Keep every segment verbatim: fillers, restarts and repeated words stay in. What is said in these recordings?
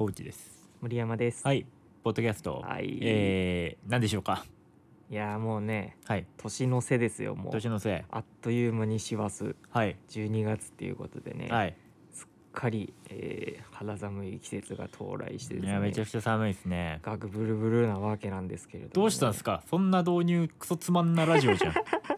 大内です。 森山です。 はい、ポッドキャスト、 はい、 えー、何でしょうか。 いやもうね、 はい、 年の瀬ですよ。もう年のせい、 あっという間に師走、 はい、 じゅうにがつっていうことでね、 はい、 すっかり、えー肌寒い季節が到来してですね、 いやめちゃくちゃ寒いですね。 ガクブルブルなわけなんですけれども、ね、 どうしたんですか。そんな導入クソつまんなラジオじゃん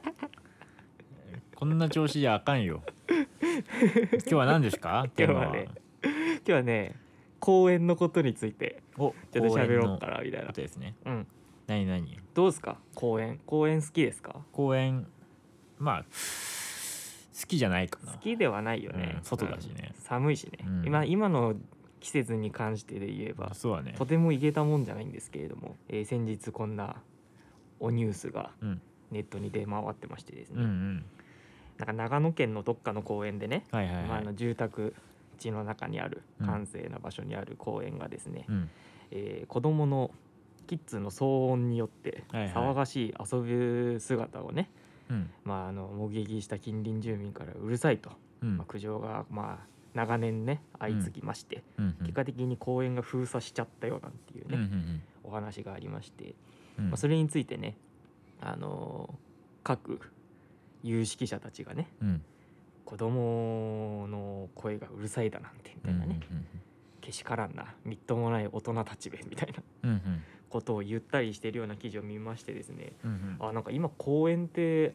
こんな調子じゃあかんよ今日は何ですか。 今日はね今日はね公園のことについておちょっと喋ろうかなみたいなことですね。 うん、 何何どうですか。公園公園好きですか。 公園、まあ好きじゃないかな。 好きではないよね、 うん、外だしね、 うん、寒いしね、 うん、 今今の季節に関してで言えばそうだね。 とてもいけたもんじゃないんですけれども、えー先日こんなおニュースがうんネットに出回ってましてですね、 うんうんなんか長野県のどっかの公園でね、 はいはいはい、 まあ、あの住宅地の中にある閑静な場所にある公園がですね、 うんえー子どものキッズの騒音によってはいはい騒がしい遊ぶ姿をね、 うんまあ、あの目撃した近隣住民からうるさいと、 うんまあ、苦情がまあ長年ね相次ぎまして、 うんうん結果的に公園が封鎖しちゃったよなんていうね、 うんうんお話がありまして、 うんまあ、それについてね、あのー各有識者たちがね、 うん子供の声がうるさいだなんてみたいなね、 うんうんけしからんなみっともない大人たちべみたいなうんうんことを言ったりしてるような記事を見ましてですね、 うんうんあなんか今公園って、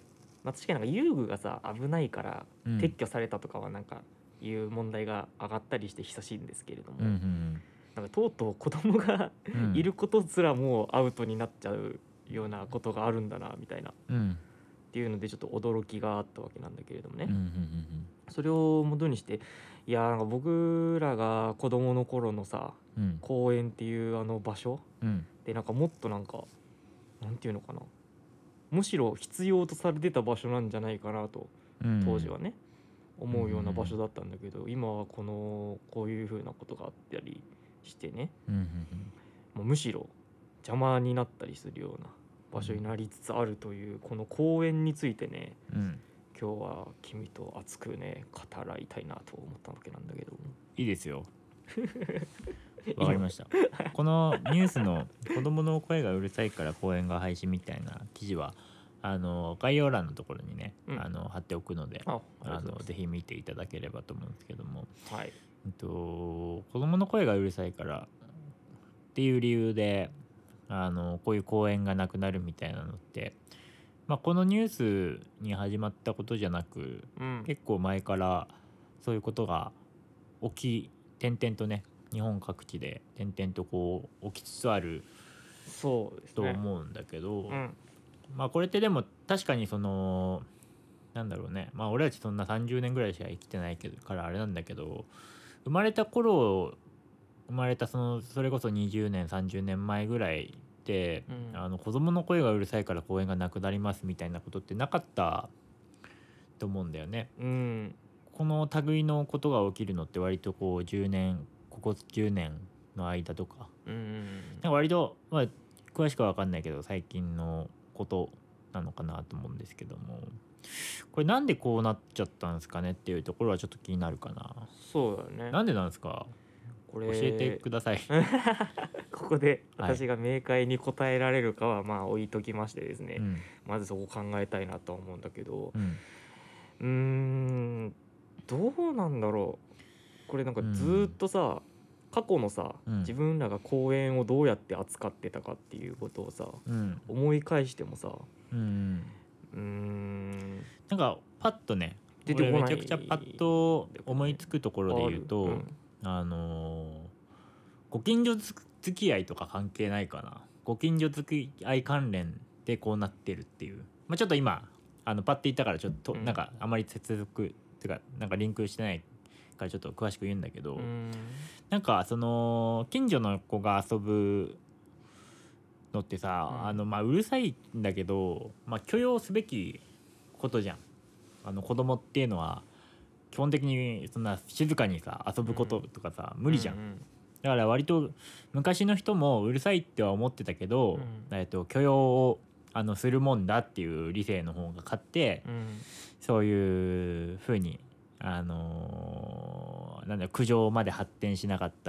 まあ、確かになんか遊具がさ危ないからうん撤去されたとかはなんかいう問題が上がったりして久しいんですけれども、 うんうんなんかとうとう子供がうんいることすらもうアウトになっちゃうようなことがあるんだなみたいなっうんていうのでちょっと驚きがあったわけなんだけれどもね、 うんうんそれを元にしていやなんか僕らが子供の頃のさうん公園っていうあの場所うんでなんかもっとなんかなんていうのかな、むしろ必要とされてた場所なんじゃないかなとうん当時はね、思うような場所だったんだけど、今はこのこういう風なことがあったりしてね、 うんうんもうむしろ邪魔になったりするような場所になりつつあるというこの公園についてね、 うん今日は君と熱くね語らいたいなと思ったわけなんだけども。 いいですよわかりましたこのニュースの子供の声がうるさいから公園が廃止みたいな記事はあの概要欄のところにね、 うん、 あの貼っておくので、 ああのぜひ見ていただければと思うんですけども、 はい、 えっと、子供の声がうるさいからっていう理由であのこういう公園がなくなるみたいなのって、まあ、このニュースに始まったことじゃなく、 うん、 結構前からそういうことが起き点々とね日本各地で点々とこう起きつつあるそうですねと思うんだけど、 うん、 まあこれってでも確かにそのなんだろうね、まあ俺たちそんなさんじゅうねんぐらいしか生きてないけどからあれなんだけど、生まれた頃生まれたそのそれこそにじゅうねんさんじゅうねんまえぐらいで、 うん、 あの子供の声がうるさいから公園がなくなりますみたいなことってなかったと思うんだよね。 うん、 この類のことが起きるのって割とこうじゅうねんここじゅうねんの間とか、 うん、 なんか割とまあ詳しくは分かんないけど最近のことなのかなと思うんですけども、これなんでこうなっちゃったんですかねっていうところはちょっと気になるかな。 そうだね。 なんでなんですか、 これ教えてくださいここで私が明快に答えられるかはまあ置いときましてですね、 うんまずそこ考えたいなとは思うんだけど、 うんうーんどうなんだろう。これなんかずーっとさ、過去のさ、 うん自分らが公園をどうやって扱ってたかっていうことをさうん思い返してもさ、 うんうーんなんかパッとね出てこない俺めちゃくちゃパッと思いつくところで言うと、 あるうんあのーご近所付き合いとか関係ないかな。ご近所付き合い関連でこうなってるっていう、まあ、ちょっと今あのパッて言ったからちょっと、 うんなんかあまり接続っていうかなんかリンクしてないからちょっと詳しく言うんだけど、 うーんなんかその近所の子が遊ぶのってさ、 うんあのまあうるさいんだけど、まあ、許容すべきことじゃん。あの子供っていうのは基本的にそんな静かにさ遊ぶこととかさ、無理じゃん、 うんうんだから割と昔の人もうるさいっては思ってたけど、 うんえっと、許容をあのするもんだっていう理性の方が勝って、 うんそういう風にあのーなんだ苦情まで発展しなかったっ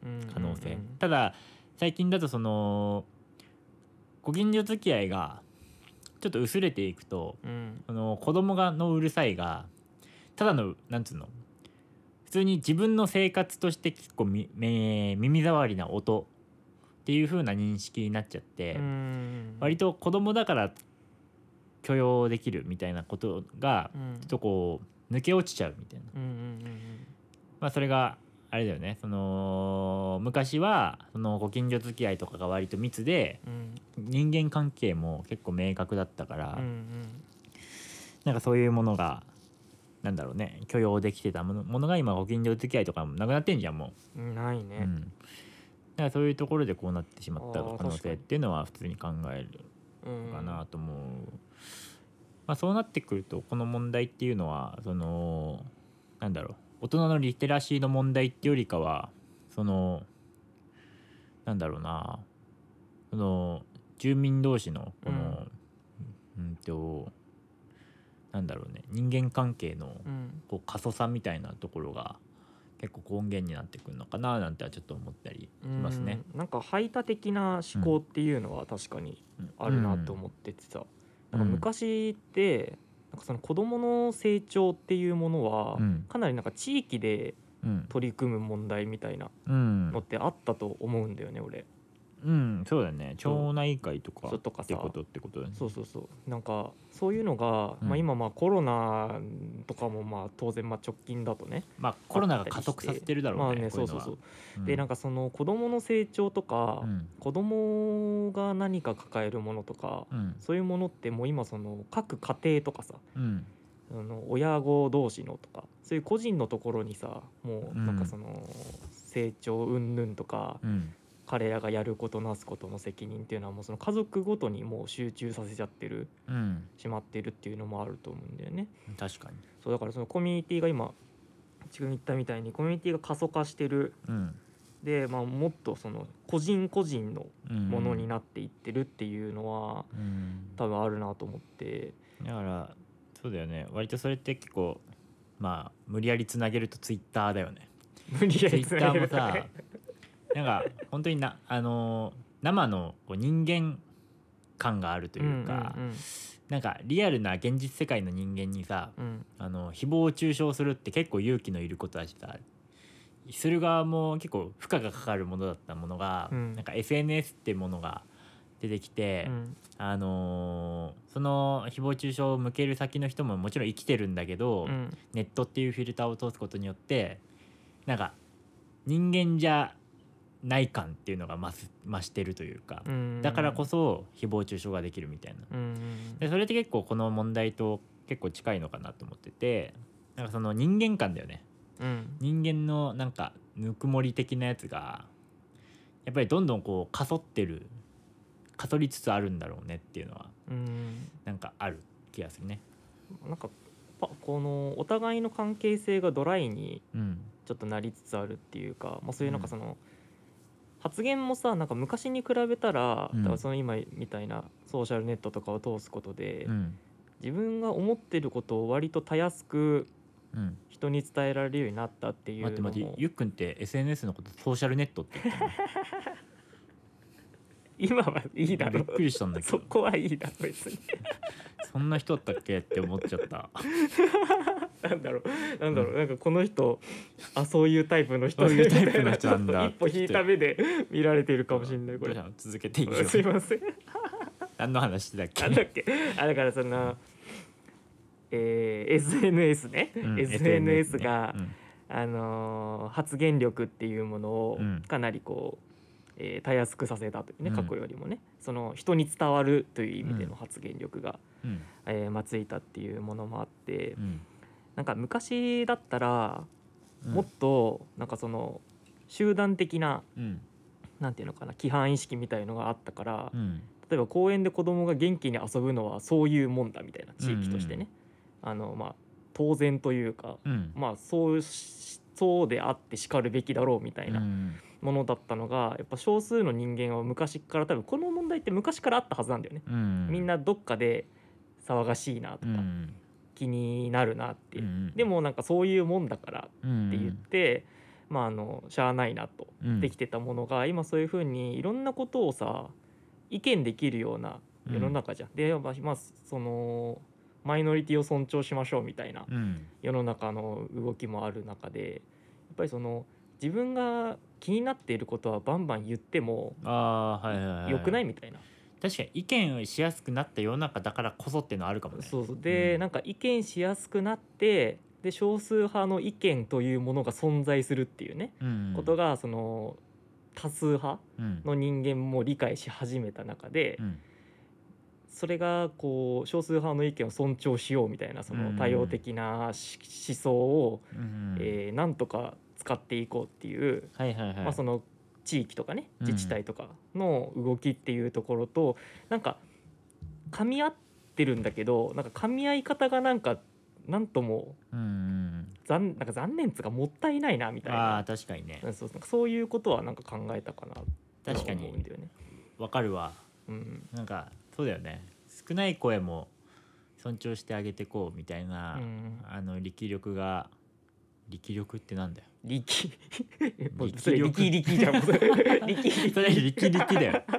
可能性、 うんうんうんただ最近だとそのご近所付き合いがちょっと薄れていくと、 うんその子供がのうるさいがただのなんつうの普通に自分の生活として結構みめ耳障りな音っていう風な認識になっちゃって、 うん割と子供だから許容できるみたいなことがうんちょっとこう抜け落ちちゃうみたいな、 うんうんうんまあそれがあれだよね、その昔はそのご近所付き合いとかが割と密でうん人間関係も結構明確だったから、 うんなんかそういうものがなんだろうね許容できてたものものが今ご近所付き合いとかもなくなってんじゃんもうんないうう、 ね、 ん、だからそういうところでこうなってしまったあー可能性っていうのは普通に考えるうんのかなと思う、まあ、そうなってくるとこの問題っていうのはそのなんだろう大人のリテラシーの問題ってよりかはそのなんだろうなその住民同士のこの、うん、うんとなんだろうね人間関係のうんこう過疎さみたいなところが結構根源になってくるのかななんてはちょっと思ったりしますね。 うんなんか排他的な思考っていうのは確かにあるなと思っててさ、なんか昔ってなんかその子どもの成長っていうものはうんかなりなんか地域でうん取り組む問題みたいなうんのってあったと思うんだよね俺。 うんそうだねそう町内会とかそうとかさってことってことだね。 そうそうそうなんかそういうのが、 うんまあ、今まあコロナとかもまあ当然まあ直近だとねまあコロナが加速させてるだろうね。 まあねこいのはそうそうそう、 んでなんかその子どもの成長とか、 うん子どもが何か抱えるものとか、 うんそういうものってもう今その各家庭とかさうんあの親子同士のとかそういう個人のところにさもうなんかその成長云々とか、 うん彼らがやることなすことの責任っていうのはもうその家族ごとにもう集中させちゃってるうんしまってるっていうのもあると思うんだよね。 確かに。 そうだからそのコミュニティが今自分言ったみたいにコミュニティが過疎化してるうんで、まあ、もっとその個人個人のうんものになっていってるっていうのはうん多分あるなと思ってだからそうだよね割とそれって結構まあ無理やりつなげるとツイッターだよね。 無理やりツイッターもさなんか本当になあのー生のこう人間感があるというか、 うんうんなんかリアルな現実世界の人間にさうんあの誹謗中傷するって結構勇気のいることだしさする側も結構負荷がかかるものだったものが、 うんなんか エスエヌエス っていうものが出てきて、 うんあのーその誹謗中傷を向ける先の人ももちろん生きてるんだけど、 うんネットっていうフィルターを通すことによってなんか人間じゃない感っていうのが増す増してるというか、 うんだからこそ誹謗中傷ができるみたいな。 うんでそれって結構この問題と結構近いのかなと思ってて、なんかその人間観だよね。 うん人間のなんかぬくもり的なやつがやっぱりどんどんこうかそってるかそりつつあるんだろうねっていうのはうんなんかある気がするね。 なんかパこのお互いの関係性がドライにうんちょっとなりつつあるっていうか、まあ、そういうなんかその、発言もさなんか昔に比べたら、 うんだからその今みたいなソーシャルネットとかを通すことで、 うん自分が思ってることを割とたやすくうん人に伝えられるようになったっていうのも待って待ってゆっくんって エスエヌエス のことソーシャルネットって言ったの今はいいだろびっくりしたんだけそどこはいいだろ別にそんな人だったっけって思っちゃったなんだろうなんだろう、なんかこの人あそういうタイプの人そういうタイプの人なんだちょっと一歩引いた目で見られているかもしれないこれどうしたの続けていいよすいません何の話してたっけなんだっけあだからその、えー エスエヌエス ね、 うんエスエヌエスねが、 うんあのー発言力っていうものをうんかなりこう、えーたやすくさせたというねうん過去よりもね、その人に伝わるという意味での発言力が、 うんえーまあ、ついたっていうものもあって、 うんなんか昔だったらうんもっとなんかその集団的なうんなんていうのかな規範意識みたいのがあったから、 うん例えば公園で子供が元気に遊ぶのはそういうもんだみたいな地域としてね、あのまあ当然というか、 うんまあそうしそうであってしかるべきだろうみたいなうんものだったのが、やっぱ少数の人間は昔から多分この問題って昔からあったはずなんだよね、 うんみんなどっかで騒がしいなとか、 うん気になるなって、 うんでもなんかそういうもんだからうんって言って、 まああのしゃあないなとうんできてたものが、今そういうふうにいろんなことをさ意見できるような世の中じゃん。でまあまあそのマイノリティを尊重しましょうみたいなうん世の中の動きもある中で、やっぱりその自分が気になっていることはバンバン言ってもああはいはいはい良くないみたいな。 確かに意見をしやすくなった世の中だからこそっていうのはあるかもね。 そうそうで、 うんなんか意見しやすくなって、で少数派の意見というものが存在するっていうね、 うんことがその多数派うんの人間も理解し始めた中で、 うんそれがこう少数派の意見を尊重しようみたいなその多様的なし思想を、 うんえーなんとか使っていこうっていう、 はいはいはい、 まあ、その地域とかねうん自治体とかの動きっていうところとなんか噛み合ってるんだけど、なんか噛み合い方がなんかなんともうんうん残なんか残念っつうかもったいないなみたいああな、 確かにねうんそうなんかそういうことはなんか考えたかなって確かに思うんだよね。 わかるわ。 うんなんかそうだよね、少ない声も尊重してあげてこうみたいな、 うんあの力力が力力ってなんだよ力もう力それ力力じゃんもうそれ力それ力力だよ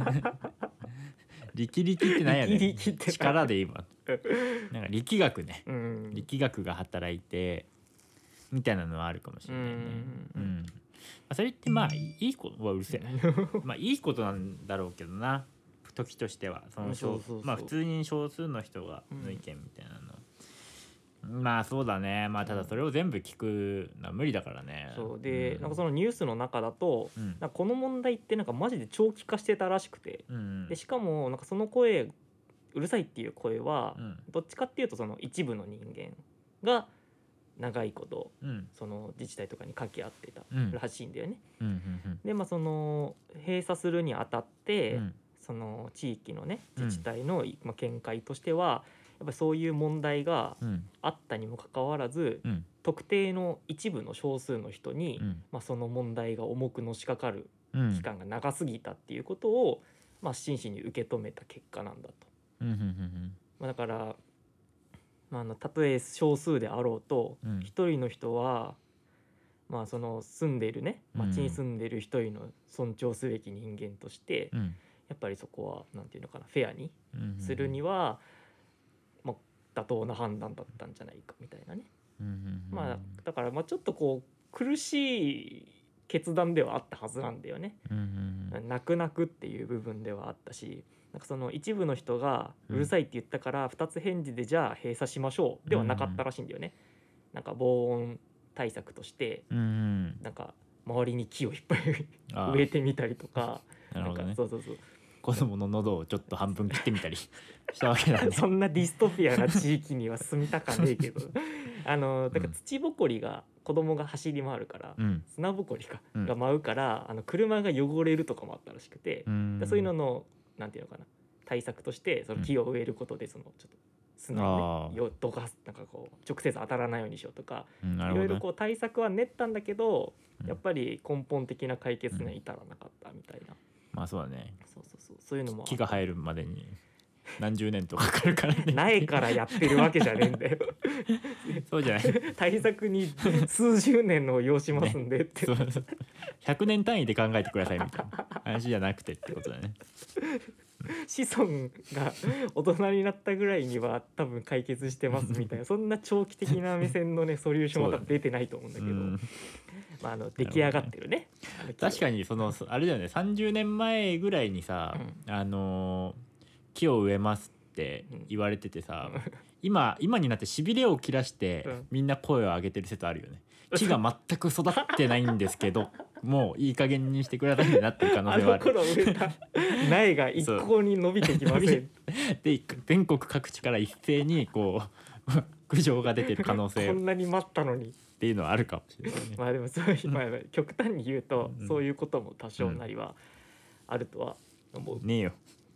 力力ってなんやねん力力って力で今なんか力学ね、 うん力学が働いてみたいなのはあるかもしれないね。 ううんん、まあそれってまあいいことはうるせえまあいいことなんだろうけどな、時としてはそのそうそうそうまあ普通に少数の人がの意見みたいなの、まあそうだね。まあただそれを全部聞くのは無理だからね。 そうで、 うんなんかそのニュースの中だと、 うんなんかこの問題ってなんかマジで長期化してたらしくて、 うんでしかもなんかその声うるさいっていう声は、 うんどっちかっていうとその一部の人間が長いことうんその自治体とかに掛け合ってたうんらしいんだよね。 うんうんでまあその閉鎖するにあたって、 うんその地域のね自治体の、まあ、見解としてはやっぱりそういう問題がうんあったにもかかわらず、 うん特定の一部の少数の人に、 うんまあ、その問題が重くのしかかるうん期間が長すぎたっていうことを、まあ、真摯に受け止めた結果なんだと。 うんうんまあ、だから、まあ、あのたとえ少数であろうとうん一人の人は、まあ、その住んでいるねうん町に住んでいる一人の尊重すべき人間として、 うんやっぱりそこはなんていうのかなフェアにうんするには、まあ、妥当な判断だったんじゃないかみたいなね。 うんうんまあ、だからまあちょっとこう苦しい決断ではあったはずなんだよね。 うんうん泣く泣くっていう部分ではあったし、なんかその一部の人がうんうるさいって言ったからふたつ返事でじゃあ閉鎖しましょうではなかったらしいんだよね。なんか防音対策としてうんうんなんか周りに木をいっぱいああ植えてみたりとか、 なるほどねんかそうそうそう子供の喉をちょっと半分切ってみたりしたわけなんでそんなディストピアな地域には住みたかねえけどあのだから土ぼこりが子供が走り回るから、 うん砂ぼこりか、 うんが舞うからあの車が汚れるとかもあったらしくて、 うんでそういうののなんていうのかな対策としてその木を植えることでそのちょっと砂をあーねよどかすなんかこう直接当たらないようにしようとか、 うんないるほどねろいろこう対策は練ったんだけど、 うんやっぱり根本的な解決には至らなかったみたいな、 まあそうだね、 そうそうそうそういうのもあ木が生えるまでに何十年とかかかるからね苗からやってるわけじゃねえんだよそうじゃない対策に数十年のを要しますんでって、 そうそうひゃくねん単位で考えてくださいみたいな話じゃなくてってことだね。 子孫が大人になったぐらいには多分解決してますみたいなそんな長期的な目線のねソリューションは多分出てないと思うんだけど、 うんまあ、あの出来上がってるねあの木は確かにそのあれだよね、さんじゅうねんまえぐらいにさ、あのー木を植えますって言われててさ、今今になってしびれを切らしてうんみんな声を上げてる説あるよね。木が全く育ってないんですけどもういい加減にしてくださいになってる可能あ性はある。 の頃植えた苗が一向に伸びてきませんで全国各地から一斉にこう苦情が出てる可能性っこんなに待ったのにていうのはあるかもしれないね。 まあでもそういう、まあ、極端に言うと、 うんそういうことも多少なりはあるとは思う、 ねえよ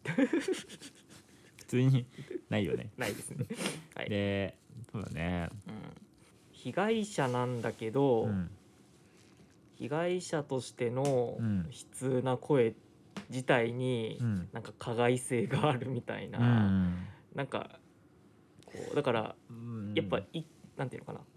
普通にないよね。 ないですね、はいでそうだね、 うん、被害者なんだけど、 うん被害者としてのうん悲痛な声自体にうんなんか加害性があるみたいな、 うんなんかこうだからうんやっぱいなんていうのかな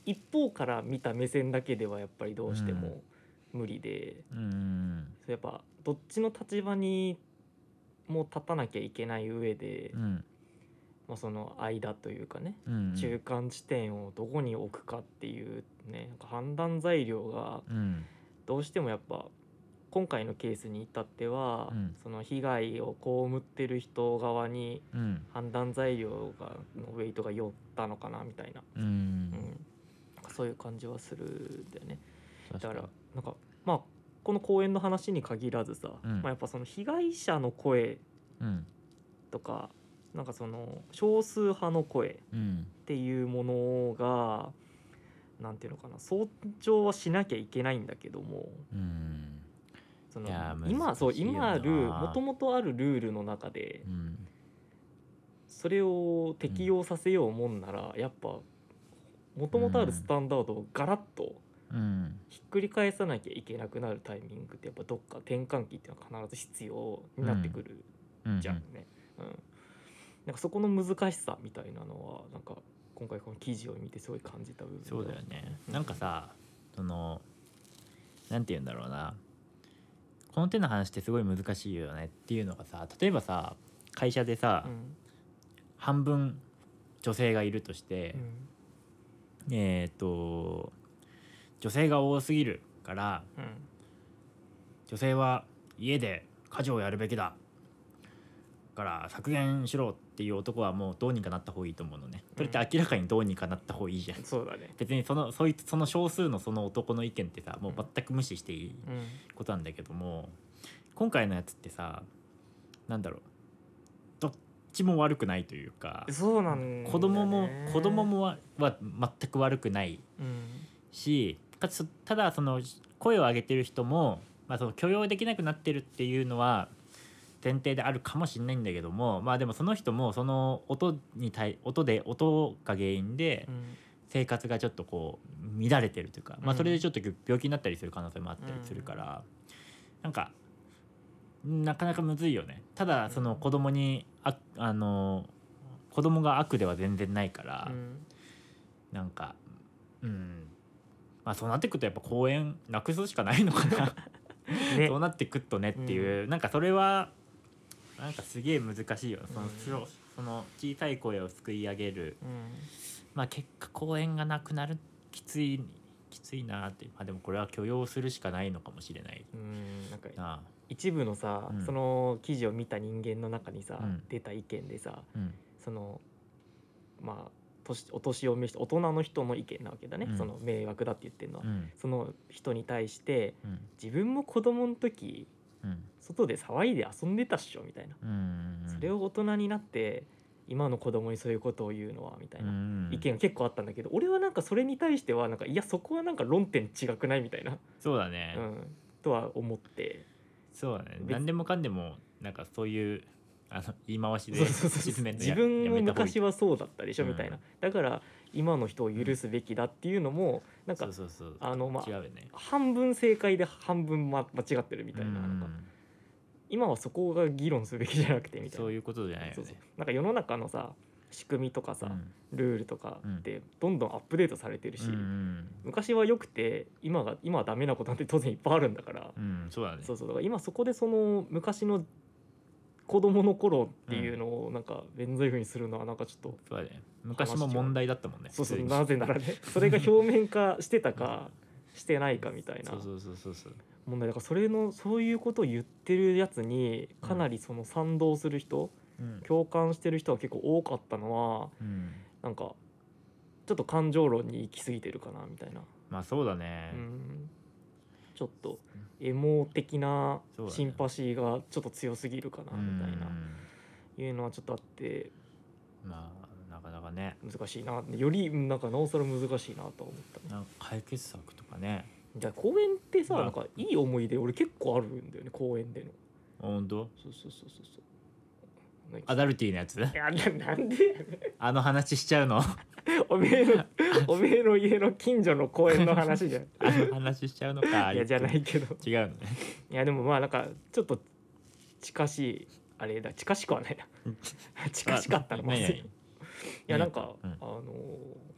一方から見た目線だけではやっぱりどうしても無理で、 うんうんやっぱどっちの立場にも立たなきゃいけない上で、 うんまあ、その間というかね、 うん中間地点をどこに置くかっていうね、なんか判断材料がうんどうしてもやっぱ今回のケースに至っては、 うんその被害を被ってる人側にうん判断材料がのウェイトが寄ったのかなみたいな、 うんうんなんかそういう感じはするんだよね。だ確かからなんかまあこの公演の話に限らずさ、 うんまあ、やっぱその被害者の声にうんとかなんかその少数派の声っうんていうものがなんていうのかな、尊重はしなきゃいけないんだけども、 うんそのいやー今そう難しいよな今あるもともとあるルールの中でうんそれを適用させようもんなら、やっぱもともとあるスタンダードをガラッとうんひっくり返さなきゃいけなくなるタイミングってやっぱどっか転換期っていうのは必ず必要になってくるうんじゃんね。うんなんかそこの難しさみたいなのはなんか今回この記事を見てすごい感じた部分そうだよね。 うんなんかさそのなんて言うんだろうな、この手の話ってすごい難しいよねっていうのがさ、例えばさ会社でさ、 うん半分女性がいるとしてう、んえっ、と女性が多すぎるからうん女性は家で家事をやるべきだから削減しろっていう男はもうどうにかなった方がいいと思うのね。それって明らかにどうにかなった方がいいじゃん。 そうだね。 別にそのそいつその少数のその男の意見ってさもう全く無視していいうんことなんだけども、今回のやつってさなんだろう、どっちも悪くないというか、 そうなんだよね。 子供も子供もはは全く悪くないうんし、かつただその声を上げてる人も、まあ、その許容できなくなってるっていうのは前提であるかもしれないんだけども、まあでもその人もその音に対音で音が原因でうん生活がちょっとこう乱れてるというか、まあ、 うんそれでちょっと病気になったりする可能性もあったりするから、なんかなかなかむずいよね。ただその子供にああの子供が悪では全然ないから、 うんなんかうんまあそうなってくるとやっぱ公園なくすしかないのかなねそうなってくっとねっていう、うん、なんかそれはなんかすげえ難しいよ、その、 うん、 その小さい声をすくい上げる、 うんまあ結果公園がなくなるきついきついなって、まあでもこれは許容するしかないのかもしれないうんなんかな。 一部のさ、 うんその記事を見た人間の中にさ、 うん出た意見でさ、 うんそのまあ年お年を召した大人の人の意見なわけだね、 うんその迷惑だって言ってるのは、 うんその人に対してうん自分も子供の時うん外で騒いで遊んでたっしょみたいな、 うんそれを大人になって今の子供にそういうことを言うのはみたいなうん意見が結構あったんだけど、俺はなんかそれに対してはなんかいやそこはなんか論点違くないみたいな、 そうだね、 うん、とは思ってそうだね、 別何でもかんでもなんかそういうあの言い回しでそうそうそう沈めるのや自分もやめた方がいい昔はそうだったでしょうんみたいな、だから今の人を許すべきだっていうのもなんかそうそうそうあのまあ違うよね半分正解で半分ま間違ってるみたいな、なんか今はそこが議論すべきじゃなくてみたいな、 そういうことじゃないよね。 そうそうなんか世の中のさ仕組みとかさ、 うんルールとかってどんどんアップデートされてるし、 うんうん昔は良くて今が今はダメなことなんて当然いっぱいあるんだから、 うん、そうだね。 そうそうだから今そこでその昔の子供の頃っていうのをなんか免罪符にするのはなんかちょっと、 そうだね。昔も問題だったもんね。 そうそう普通になぜならねそれが表面化してたかしてないかみたいなそうそうそうそうそう。 問題だから、それのそういうことを言ってるやつにかなりその賛同する人、 うん共感してる人は結構多かったのはうん、 なんかちょっと感情論に行き過ぎてるかなみたいな、 まあそうだね。 うんちょっとエモ的なそうだねシンパシーがちょっと強すぎるかなみたいな、 うんいうのはちょっとあってまあなかなかね。 難しいな、よりなんかなおさら難しいなと思ったね。 なんか解決策とかね。 じゃあ公園ってさ、 まあなんかいい思い出俺結構あるんだよね、公園での。 本当？ そうそうそうそうそう。 アダルティーのやつ？ いやななんでやねんあの話しちゃうの？ おめえのおめえの家の近所の公園の話じゃん。 あの話しちゃうのか。 いやじゃないけど。 違うのね。 いやでもまあなんかちょっと近しいあれだ、近しくはないな。近しかったのあまずい。 何々 いやなんか、 うんあのほら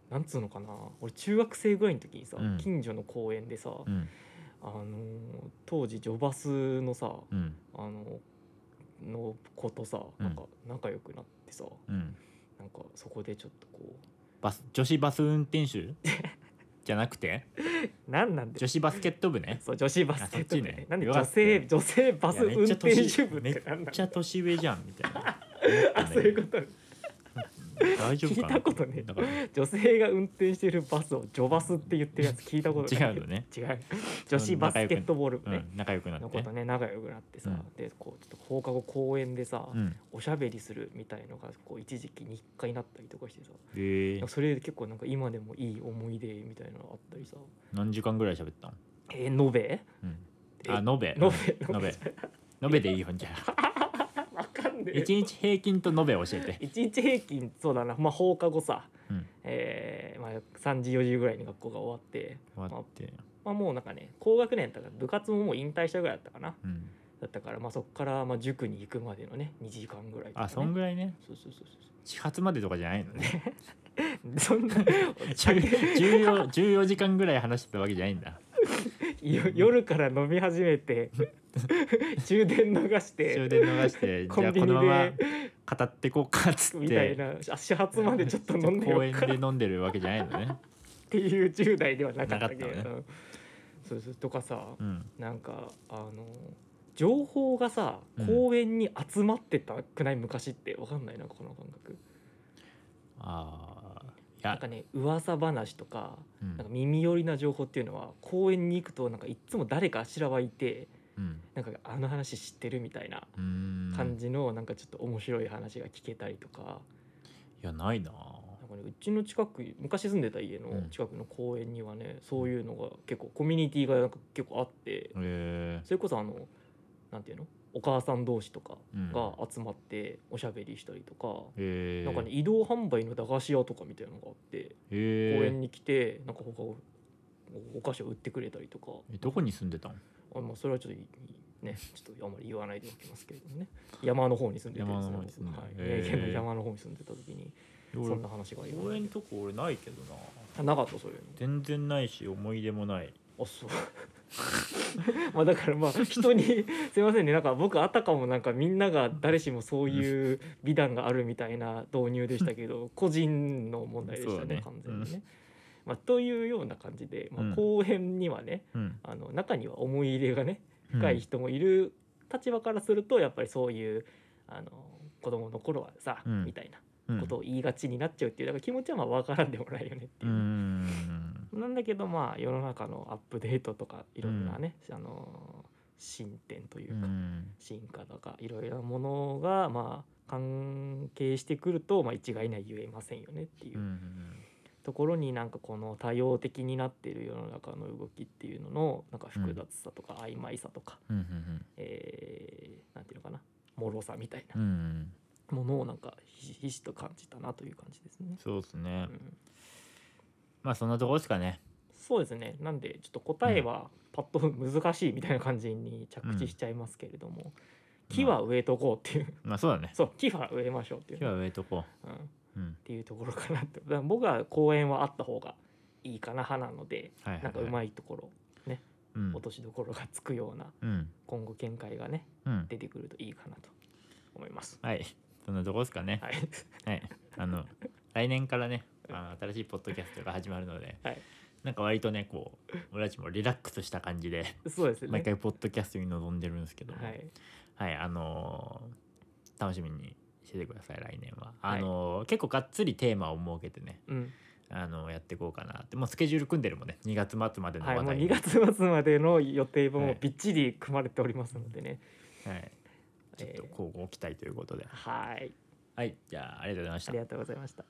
なんつうのかな、俺中学生ぐらいの時にさ、 うん近所の公園でさ、 うんあのー当時ジョバスのさ、 うんあのの子とさ、 うんなんか仲良くなってさ、 うんなんかそこでちょっとこバス女子バス運転手じゃなくてうなんなんで女子バスケット部ね。 そう女子バスケット部あそっちねなんでよかった女性女性バスいやめっちゃ運転年手部っめってなんなんちゃ年上じゃんみたいな思ったあんだけどそういうこと大丈夫かな。 聞いたことねえだから女性が運転してるバスをジョバスって言ってるやつ聞いたことない違うのね。 違う女子バスケットボール部ね、 うん、仲良くなってのことね仲良くなってさ、 うんでこうちょっと放課後公園でさ、 うんおしゃべりするみたいのがこう一時期日課になったりとかしてさ、 えー、 それで結構なんか今でもいい思い出みたいなのあったりさ、 何時間ぐらい喋ったの？ えー、延べうんえあ延べ延べうん延べ延べでいいほんじゃわかんねえ一日平均と延べ教えて。 一日平均そうだな、まあ、放課後さ、 うんえーまあ、さんじよじぐらいに学校が終わって、 終わって、 まあ、もうなんかね高学年だから部活ももう引退したぐらいだったかな、 うん、 だったから、まあ、そこからまあ塾に行くまでのねにじかんぐらいとか、ね、 あそんぐらいね。 そうそうそう始発までとかじゃないのね。 そうそんな重要重要時間ぐらい話してたわけじゃないんだ。 よ夜から飲み始めて終電逃して終電逃してじゃあコンビニこのままで語ってこうかっつっみたいてなあ始発までちょっと飲んで公園よっかで飲んでるわけじゃないのね。 っていうじゅう代ではなかったけど、 なかったねうんそうそうとかさ、 うんなんかあの情報がさうん公園に集まってたくない昔ってわかんないなんかこの感覚ああいやなんかね噂話とかうんなんか耳寄りな情報っていうのは公園に行くとなんかいっつも誰かあしらはいてうんなんかあの話知ってるみたいなうーん感じのなんかちょっと面白い話が聞けたりとか、 いやないな。 なんかね、うちの近く昔住んでた家のうん近くの公園にはね、そういうのが結構コミュニティがなんか結構あってえそれこそあのなんていうのお母さん同士とかー、うんが集まっておしゃべりしたりとか、 えー、 なんかね移動販売の駄菓子屋とかみたいなのがあってえー、 公園に来てなんか他をお菓子を売ってくれたりとかえどこに住んでたの？ あ、まあ、それはちょっといいねちょっとあんまり言わないでおきますけれどもね山の方に住んでて山の方に住んではいへー三重県の山の方に住んでた時にそんな話が言わ公れて園とこ俺ないけどな。 あなかったそういうの全然ないし思い出もない。 あそうまあだからまあ人にすいませんねなんか僕あたかもなんかみんなが誰しもそういう美談があるみたいな導入でしたけど個人の問題でしたねそうだね完全にね。まあ、というような感じで、まあ、 うん公園にはね、 うんあの中には思い入れがね深い人もいる立場からするとやっぱりそういうあの子供の頃はさ、 うんみたいなうんことを言いがちになっちゃうっていうだから気持ちはまあ分からんでもないよねっていうう、 んなんだけどまあ世の中のアップデートとかいろんなね、あの進展というか、 うん進化とかいろいろなものがまあ関係してくると、まあ、一概には言えませんよねっていうう。 んところになんかこの多様的になっている世の中の動きっていうののなんか複雑さとか曖昧さとか、 うんうんえーなんていうのかな脆さみたいうんうんなものをなんかひしひしと感じたなという感じですね。 そうですね。 うん、 まあそんなとこですかね。 そうですねなんでちょっと答えはパッと難しいみたいな感じに着地しちゃいますけれども、木は植えとこうっていうまあそうだね。 そう木は植えましょうっていう、 今日は上とこうん、っう。うん。 ていうところかなってだから僕は公園はあった方がいいかな派なので、 はいはいはいなんかうまいところうん落としどころがつくようなうん今後見解がねうん。 出てくるといいかなと思います。 はい。そんなとこですかね。 はい、 はい。あの来年からね、あの新しいポッドキャストが始まるので、 はい、 なんか割とねこう俺たちもリラックスした感じでそうですね。 毎回ポッドキャストに臨んでるんですけども、 はい、 はい、あのー楽しみにしててください来年は。 はいあのー結構がっつりテーマを設けてね、 うん、 あのーやっていこうかなって。もうスケジュール組んでるもんね。にがつ末までのはい、もう話題にがつ末までの予定もはいもうびっちり組まれておりますのでね。 はい。ちょっとえー交互期待ということで、 はい、 はい、じゃあありがとうございましたあり。がとうございました。